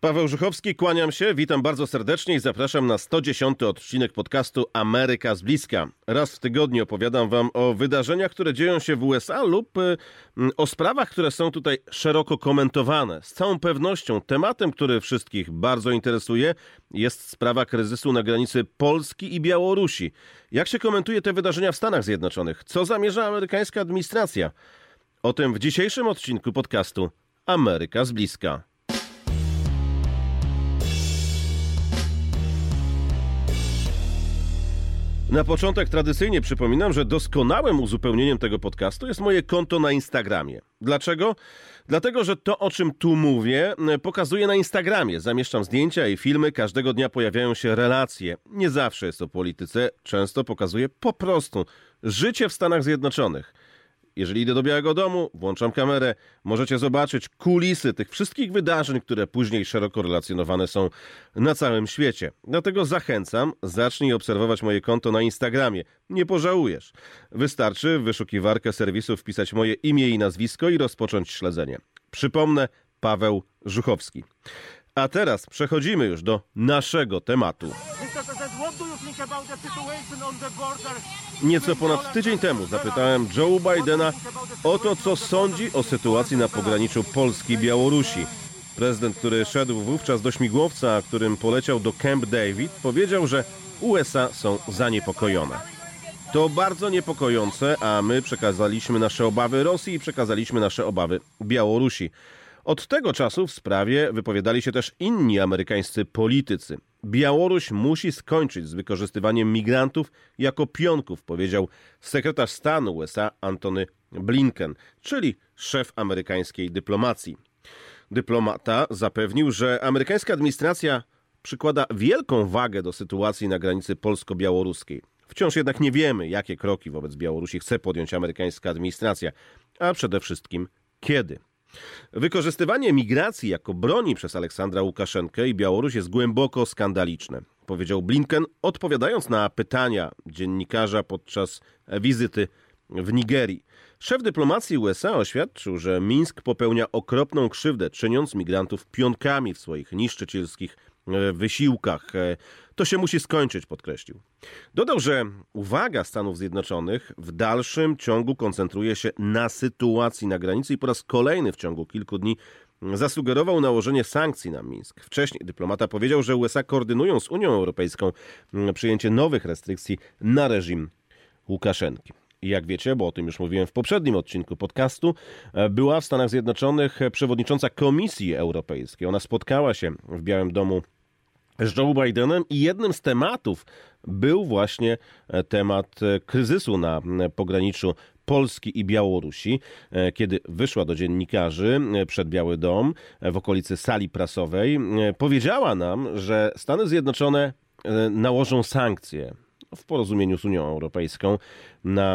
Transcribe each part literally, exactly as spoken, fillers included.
Paweł Żuchowski, kłaniam się, witam bardzo serdecznie i zapraszam na sto dziesiąty odcinek podcastu Ameryka z bliska. Raz w tygodniu opowiadam wam o wydarzeniach, które dzieją się w U S A lub y, o sprawach, które są tutaj szeroko komentowane. Z całą pewnością tematem, który wszystkich bardzo interesuje, jest sprawa kryzysu na granicy Polski i Białorusi. Jak się komentuje te wydarzenia w Stanach Zjednoczonych? Co zamierza amerykańska administracja? O tym w dzisiejszym odcinku podcastu Ameryka z bliska. Na początek tradycyjnie przypominam, że doskonałym uzupełnieniem tego podcastu jest moje konto na Instagramie. Dlaczego? Dlatego, że to, o czym tu mówię, pokazuję na Instagramie. Zamieszczam zdjęcia i filmy, każdego dnia pojawiają się relacje. Nie zawsze jest o polityce, często pokazuję po prostu życie w Stanach Zjednoczonych. Jeżeli idę do Białego Domu, włączam kamerę, możecie zobaczyć kulisy tych wszystkich wydarzeń, które później szeroko relacjonowane są na całym świecie. Dlatego zachęcam, zacznij obserwować moje konto na Instagramie. Nie pożałujesz. Wystarczy w wyszukiwarkę serwisu wpisać moje imię i nazwisko i rozpocząć śledzenie. Przypomnę, Paweł Żuchowski. A teraz przechodzimy już do naszego tematu. Nieco ponad tydzień temu zapytałem Joe Bidena o to, co sądzi o sytuacji na pograniczu Polski i Białorusi. Prezydent, który szedł wówczas do śmigłowca, którym poleciał do Camp David, powiedział, że U S A są zaniepokojone. To bardzo niepokojące, a my przekazaliśmy nasze obawy Rosji i przekazaliśmy nasze obawy Białorusi. Od tego czasu w sprawie wypowiadali się też inni amerykańscy politycy. Białoruś musi skończyć z wykorzystywaniem migrantów jako pionków, powiedział sekretarz stanu U S A Antony Blinken, czyli szef amerykańskiej dyplomacji. Dyplomata zapewnił, że amerykańska administracja przykłada wielką wagę do sytuacji na granicy polsko-białoruskiej. Wciąż jednak nie wiemy, jakie kroki wobec Białorusi chce podjąć amerykańska administracja, a przede wszystkim kiedy. Wykorzystywanie migracji jako broni przez Aleksandra Łukaszenkę i Białoruś jest głęboko skandaliczne, powiedział Blinken, odpowiadając na pytania dziennikarza podczas wizyty w Nigerii. Szef dyplomacji U S A oświadczył, że Mińsk popełnia okropną krzywdę, czyniąc migrantów pionkami w swoich niszczycielskich wysiłkach. To się musi skończyć, podkreślił. Dodał, że uwaga Stanów Zjednoczonych w dalszym ciągu koncentruje się na sytuacji na granicy i po raz kolejny w ciągu kilku dni zasugerował nałożenie sankcji na Mińsk. Wcześniej dyplomata powiedział, że U S A koordynują z Unią Europejską przyjęcie nowych restrykcji na reżim Łukaszenki. I jak wiecie, bo o tym już mówiłem w poprzednim odcinku podcastu, była w Stanach Zjednoczonych przewodnicząca Komisji Europejskiej. Ona spotkała się w Białym Domu z Joe Bidenem i jednym z tematów był właśnie temat kryzysu na pograniczu Polski i Białorusi. Kiedy wyszła do dziennikarzy przed Biały Dom w okolicy sali prasowej, powiedziała nam, że Stany Zjednoczone nałożą sankcje w porozumieniu z Unią Europejską na,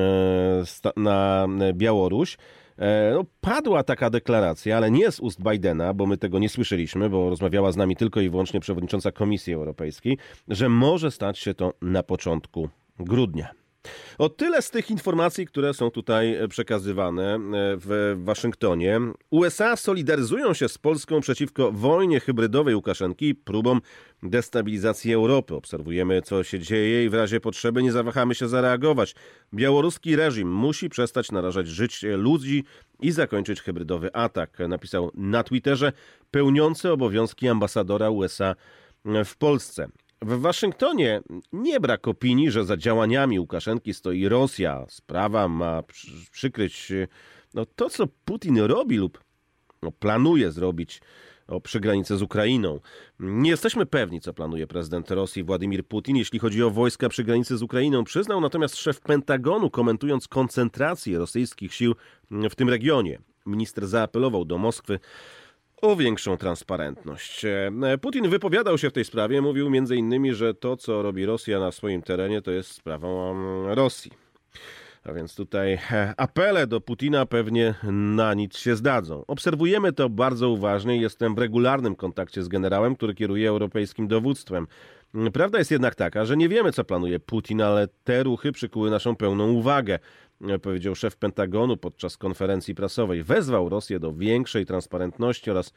na Białoruś. No, padła taka deklaracja, ale nie z ust Bidena, bo my tego nie słyszeliśmy, bo rozmawiała z nami tylko i wyłącznie przewodnicząca Komisji Europejskiej, że może stać się to na początku grudnia. O tyle z tych informacji, które są tutaj przekazywane w Waszyngtonie. U S A solidaryzują się z Polską przeciwko wojnie hybrydowej Łukaszenki i próbom destabilizacji Europy. Obserwujemy, co się dzieje i w razie potrzeby nie zawahamy się zareagować. Białoruski reżim musi przestać narażać życie ludzi i zakończyć hybrydowy atak, napisał na Twitterze pełniący obowiązki ambasadora U S A w Polsce. W Waszyngtonie nie brak opinii, że za działaniami Łukaszenki stoi Rosja. Sprawa ma przykryć no, to, co Putin robi lub no, planuje zrobić o, przy granicy z Ukrainą. Nie jesteśmy pewni, co planuje prezydent Rosji Władimir Putin, jeśli chodzi o wojska przy granicy z Ukrainą. Przyznał natomiast szef Pentagonu, komentując koncentrację rosyjskich sił w tym regionie. Minister zaapelował do Moskwy o większą transparentność. Putin wypowiadał się w tej sprawie, mówił między innymi, że to, co robi Rosja na swoim terenie, to jest sprawą Rosji. A więc tutaj apele do Putina pewnie na nic się zdadzą. Obserwujemy to bardzo uważnie. Jestem w regularnym kontakcie z generałem, który kieruje europejskim dowództwem. Prawda jest jednak taka, że nie wiemy, co planuje Putin, ale te ruchy przykuły naszą pełną uwagę, powiedział szef Pentagonu podczas konferencji prasowej. Wezwał Rosję do większej transparentności oraz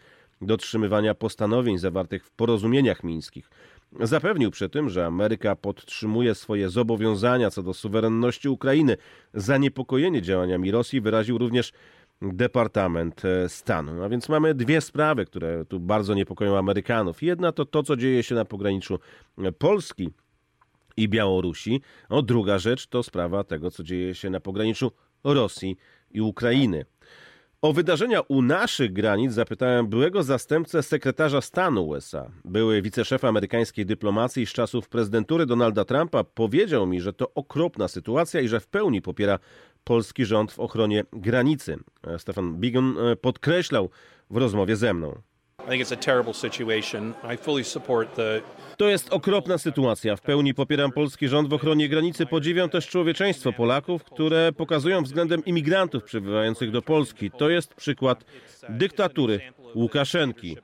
dotrzymywania postanowień zawartych w porozumieniach mińskich. Zapewnił przy tym, że Ameryka podtrzymuje swoje zobowiązania co do suwerenności Ukrainy. Zaniepokojenie działaniami Rosji wyraził również Departament Stanu. A więc mamy dwie sprawy, które tu bardzo niepokoją Amerykanów. Jedna to to, co dzieje się na pograniczu Polski i Białorusi. A druga rzecz to sprawa tego, co dzieje się na pograniczu Rosji i Ukrainy. O wydarzenia u naszych granic zapytałem byłego zastępcę sekretarza stanu U S A. Były wiceszef amerykańskiej dyplomacji z czasów prezydentury Donalda Trumpa powiedział mi, że to okropna sytuacja i że w pełni popiera polski rząd w ochronie granicy. Stefan Biegun podkreślał w rozmowie ze mną. To jest okropna sytuacja. W pełni popieram polski rząd w ochronie granicy. Podziwiam też człowieczeństwo Polaków, które pokazują względem imigrantów przybywających do Polski. To jest przykład dyktatury Łukaszenki.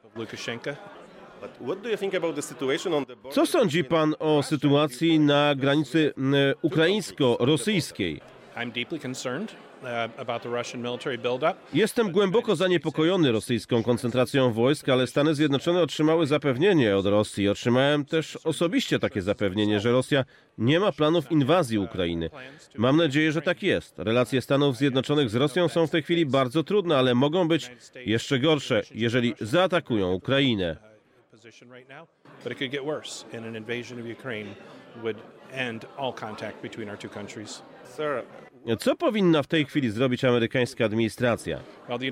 Co sądzi pan o sytuacji na granicy ukraińsko-rosyjskiej? Jestem głęboko zaniepokojony rosyjską koncentracją wojsk, ale Stany Zjednoczone otrzymały zapewnienie od Rosji. Otrzymałem też osobiście takie zapewnienie, że Rosja nie ma planów inwazji Ukrainy. Mam nadzieję, że tak jest. Relacje Stanów Zjednoczonych z Rosją są w tej chwili bardzo trudne, ale mogą być jeszcze gorsze, jeżeli zaatakują Ukrainę. Co powinna w tej chwili zrobić amerykańska administracja?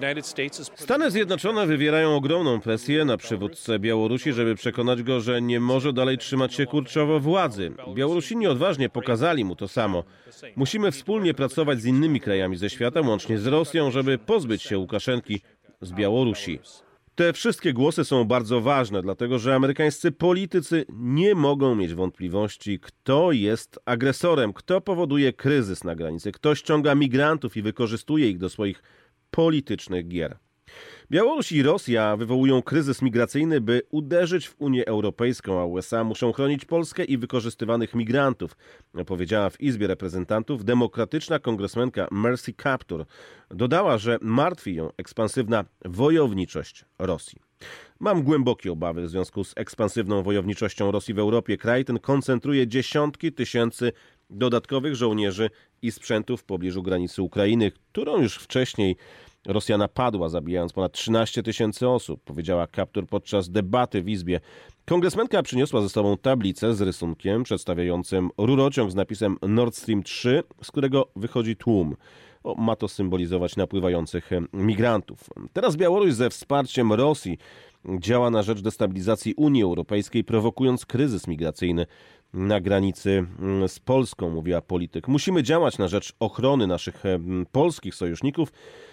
Stany Zjednoczone wywierają ogromną presję na przywódcę Białorusi, żeby przekonać go, że nie może dalej trzymać się kurczowo władzy. Białorusini odważnie pokazali mu to samo. Musimy wspólnie pracować z innymi krajami ze świata, łącznie z Rosją, żeby pozbyć się Łukaszenki z Białorusi. Te wszystkie głosy są bardzo ważne, dlatego że amerykańscy politycy nie mogą mieć wątpliwości, kto jest agresorem, kto powoduje kryzys na granicy, kto ściąga migrantów i wykorzystuje ich do swoich politycznych gier. Białoruś i Rosja wywołują kryzys migracyjny, by uderzyć w Unię Europejską, a U S A muszą chronić Polskę i wykorzystywanych migrantów, powiedziała w Izbie Reprezentantów demokratyczna kongresmenka Mercy Kaptur. Dodała, że martwi ją ekspansywna wojowniczość Rosji. Mam głębokie obawy w związku z ekspansywną wojowniczością Rosji w Europie. Kraj ten koncentruje dziesiątki tysięcy dodatkowych żołnierzy i sprzętu w pobliżu granicy Ukrainy, którą już wcześniej Rosja napadła, zabijając ponad trzynaście tysięcy osób, powiedziała Kaptur podczas debaty w Izbie. Kongresmenka przyniosła ze sobą tablicę z rysunkiem przedstawiającym rurociąg z napisem Nord Stream trzy, z którego wychodzi tłum. O, ma to symbolizować napływających migrantów. Teraz Białoruś ze wsparciem Rosji działa na rzecz destabilizacji Unii Europejskiej, prowokując kryzys migracyjny na granicy z Polską, mówiła polityk. Musimy działać na rzecz ochrony naszych polskich sojuszników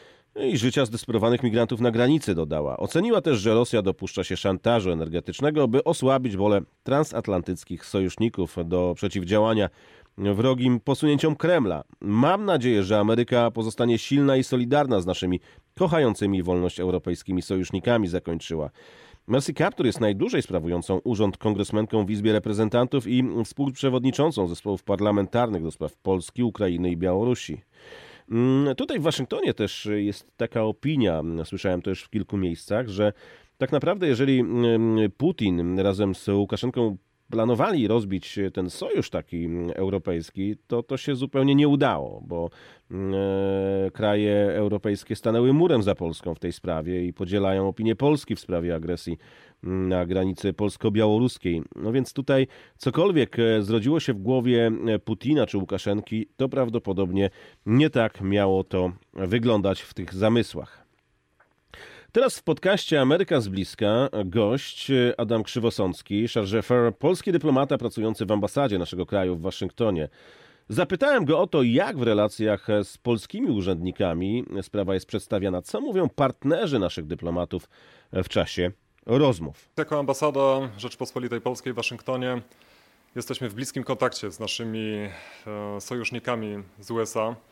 i życia zdesperowanych migrantów na granicy, dodała. Oceniła też, że Rosja dopuszcza się szantażu energetycznego, by osłabić wolę transatlantyckich sojuszników do przeciwdziałania wrogim posunięciom Kremla. Mam nadzieję, że Ameryka pozostanie silna i solidarna z naszymi kochającymi wolność europejskimi sojusznikami, zakończyła. Mercy Kaptur jest najdłużej sprawującą urząd kongresmenką w Izbie Reprezentantów i współprzewodniczącą zespołów parlamentarnych do spraw Polski, Ukrainy i Białorusi. Tutaj w Waszyngtonie też jest taka opinia, słyszałem to już w kilku miejscach, że tak naprawdę jeżeli Putin razem z Łukaszenką planowali rozbić ten sojusz taki europejski, to to się zupełnie nie udało, bo e, kraje europejskie stanęły murem za Polską w tej sprawie i podzielają opinię Polski w sprawie agresji na granicy polsko-białoruskiej. No więc tutaj cokolwiek zrodziło się w głowie Putina czy Łukaszenki, to prawdopodobnie nie tak miało to wyglądać w tych zamysłach. Teraz w podcaście Ameryka z bliska gość Adam Krzywosącki, chargé d'affaires, polski dyplomata pracujący w ambasadzie naszego kraju w Waszyngtonie. Zapytałem go o to, jak w relacjach z polskimi urzędnikami sprawa jest przedstawiana. Co mówią partnerzy naszych dyplomatów w czasie rozmów? Jako ambasada Rzeczypospolitej Polskiej w Waszyngtonie jesteśmy w bliskim kontakcie z naszymi sojusznikami z U S A.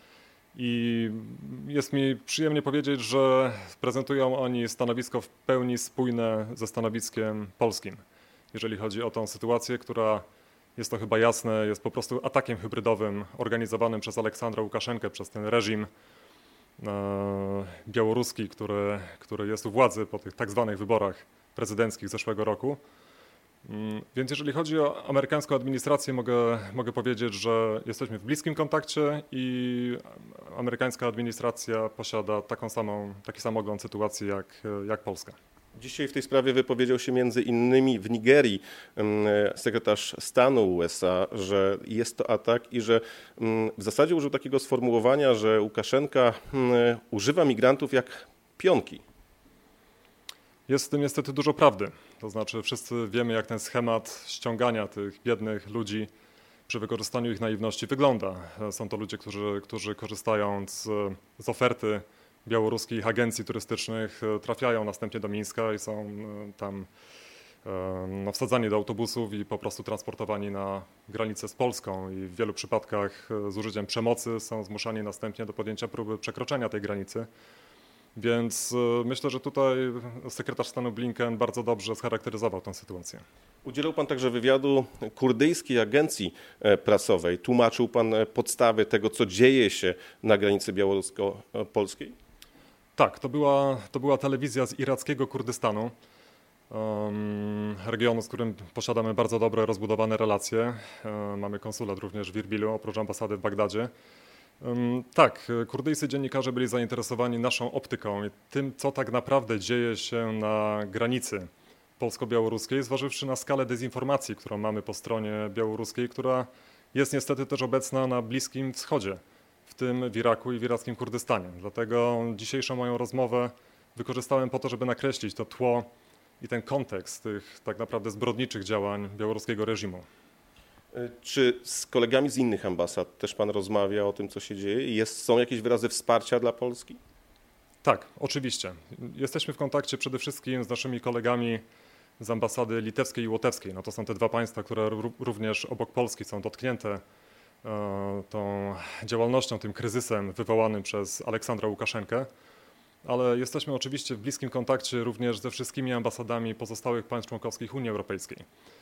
I jest mi przyjemnie powiedzieć, że prezentują oni stanowisko w pełni spójne ze stanowiskiem polskim, jeżeli chodzi o tą sytuację, która, jest to chyba jasne, jest po prostu atakiem hybrydowym organizowanym przez Aleksandra Łukaszenkę, przez ten reżim białoruski, który, który jest u władzy po tych tak zwanych wyborach prezydenckich zeszłego roku. Więc jeżeli chodzi o amerykańską administrację, mogę, mogę powiedzieć, że jesteśmy w bliskim kontakcie i amerykańska administracja posiada taką samą, taki sam ogląd sytuacji jak, jak Polska. Dzisiaj w tej sprawie wypowiedział się między innymi w Nigerii sekretarz stanu U S A, że jest to atak i że w zasadzie użył takiego sformułowania, że Łukaszenka używa migrantów jak pionki. Jest w tym niestety dużo prawdy. To znaczy wszyscy wiemy, jak ten schemat ściągania tych biednych ludzi przy wykorzystaniu ich naiwności wygląda. Są to ludzie, którzy, którzy korzystając z, z oferty białoruskich agencji turystycznych trafiają następnie do Mińska i są tam no, wsadzani do autobusów i po prostu transportowani na granicę z Polską i w wielu przypadkach z użyciem przemocy są zmuszani następnie do podjęcia próby przekroczenia tej granicy. Więc myślę, że tutaj sekretarz stanu Blinken bardzo dobrze scharakteryzował tę sytuację. Udzielał pan także wywiadu kurdyjskiej agencji prasowej. Tłumaczył pan podstawy tego, co dzieje się na granicy białorusko-polskiej? Tak, to była, to była telewizja z irackiego Kurdystanu, um, regionu, z którym posiadamy bardzo dobre, rozbudowane relacje. Um, mamy konsulat również w Irbilu, oprócz ambasady w Bagdadzie. Um, tak, kurdyjscy dziennikarze byli zainteresowani naszą optyką i tym, co tak naprawdę dzieje się na granicy polsko-białoruskiej, zważywszy na skalę dezinformacji, którą mamy po stronie białoruskiej, która jest niestety też obecna na Bliskim Wschodzie, w tym w Iraku i w irackim Kurdystanie. Dlatego dzisiejszą moją rozmowę wykorzystałem po to, żeby nakreślić to tło i ten kontekst tych tak naprawdę zbrodniczych działań białoruskiego reżimu. Czy z kolegami z innych ambasad też pan rozmawia o tym, co się dzieje? Jest, są jakieś wyrazy wsparcia dla Polski? Tak, oczywiście. Jesteśmy w kontakcie przede wszystkim z naszymi kolegami z ambasady litewskiej i łotewskiej. No to są te dwa państwa, które również obok Polski są dotknięte tą działalnością, tym kryzysem wywołanym przez Aleksandra Łukaszenkę, ale jesteśmy oczywiście w bliskim kontakcie również ze wszystkimi ambasadami pozostałych państw członkowskich Unii Europejskiej.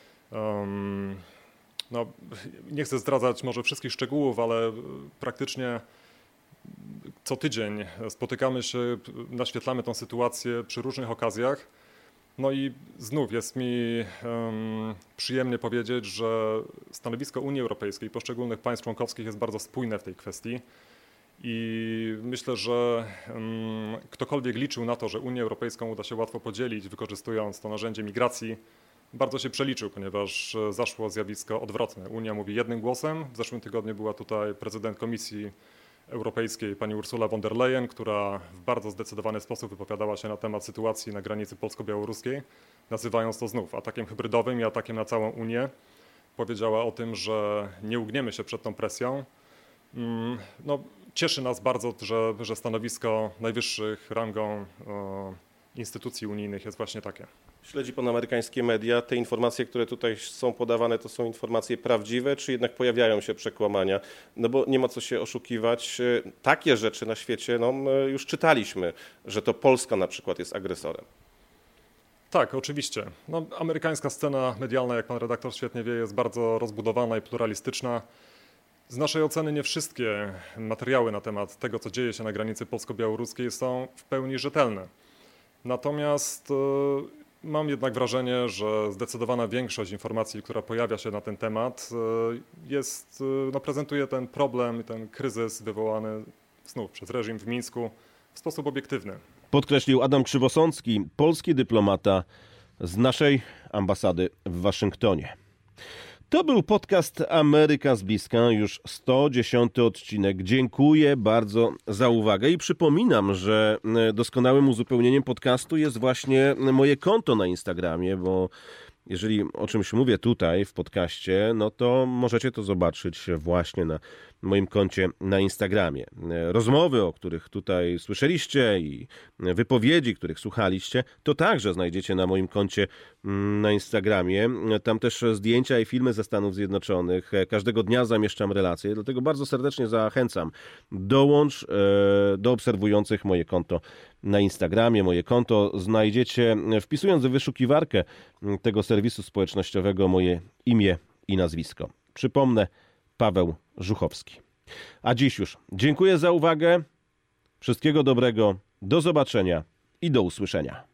Um, no, nie chcę zdradzać może wszystkich szczegółów, ale praktycznie co tydzień spotykamy się, naświetlamy tę sytuację przy różnych okazjach. No i znów jest mi um, przyjemnie powiedzieć, że stanowisko Unii Europejskiej i poszczególnych państw członkowskich jest bardzo spójne w tej kwestii i myślę, że um, ktokolwiek liczył na to, że Unię Europejską uda się łatwo podzielić, wykorzystując to narzędzie migracji, bardzo się przeliczył, ponieważ zaszło zjawisko odwrotne. Unia mówi jednym głosem. W zeszłym tygodniu była tutaj prezydent Komisji Europejskiej pani Ursula von der Leyen, która w bardzo zdecydowany sposób wypowiadała się na temat sytuacji na granicy polsko-białoruskiej, nazywając to znów atakiem hybrydowym i atakiem na całą Unię. Powiedziała o tym, że nie ugniemy się przed tą presją. No, cieszy nas bardzo, że, że stanowisko najwyższych rangą o, instytucji unijnych jest właśnie takie. Śledzi pan amerykańskie media. Te informacje, które tutaj są podawane, to są informacje prawdziwe, czy jednak pojawiają się przekłamania? No bo nie ma co się oszukiwać. Takie rzeczy na świecie no, już czytaliśmy, że to Polska na przykład jest agresorem. Tak, oczywiście. No, amerykańska scena medialna, jak pan redaktor świetnie wie, jest bardzo rozbudowana i pluralistyczna. Z naszej oceny nie wszystkie materiały na temat tego, co dzieje się na granicy polsko-białoruskiej, są w pełni rzetelne. Natomiast mam jednak wrażenie, że zdecydowana większość informacji, która pojawia się na ten temat, jest, no, prezentuje ten problem i ten kryzys wywołany znów przez reżim w Mińsku w sposób obiektywny. Podkreślił Adam Krzywosącki, polski dyplomata z naszej ambasady w Waszyngtonie. To był podcast Ameryka z bliska, już sto dziesiąty odcinek. Dziękuję bardzo za uwagę i przypominam, że doskonałym uzupełnieniem podcastu jest właśnie moje konto na Instagramie, bo jeżeli o czymś mówię tutaj w podcaście, no to możecie to zobaczyć właśnie na moim koncie na Instagramie. Rozmowy, o których tutaj słyszeliście i wypowiedzi, których słuchaliście, to także znajdziecie na moim koncie na Instagramie. Tam też zdjęcia i filmy ze Stanów Zjednoczonych. Każdego dnia zamieszczam relacje, dlatego bardzo serdecznie zachęcam. Dołącz do obserwujących moje konto na Instagramie. Moje konto znajdziecie wpisując w wyszukiwarkę tego serwisu społecznościowego moje imię i nazwisko. Przypomnę, Paweł Żuchowski. A dziś już dziękuję za uwagę Wszystkiego dobrego, do zobaczenia i do usłyszenia.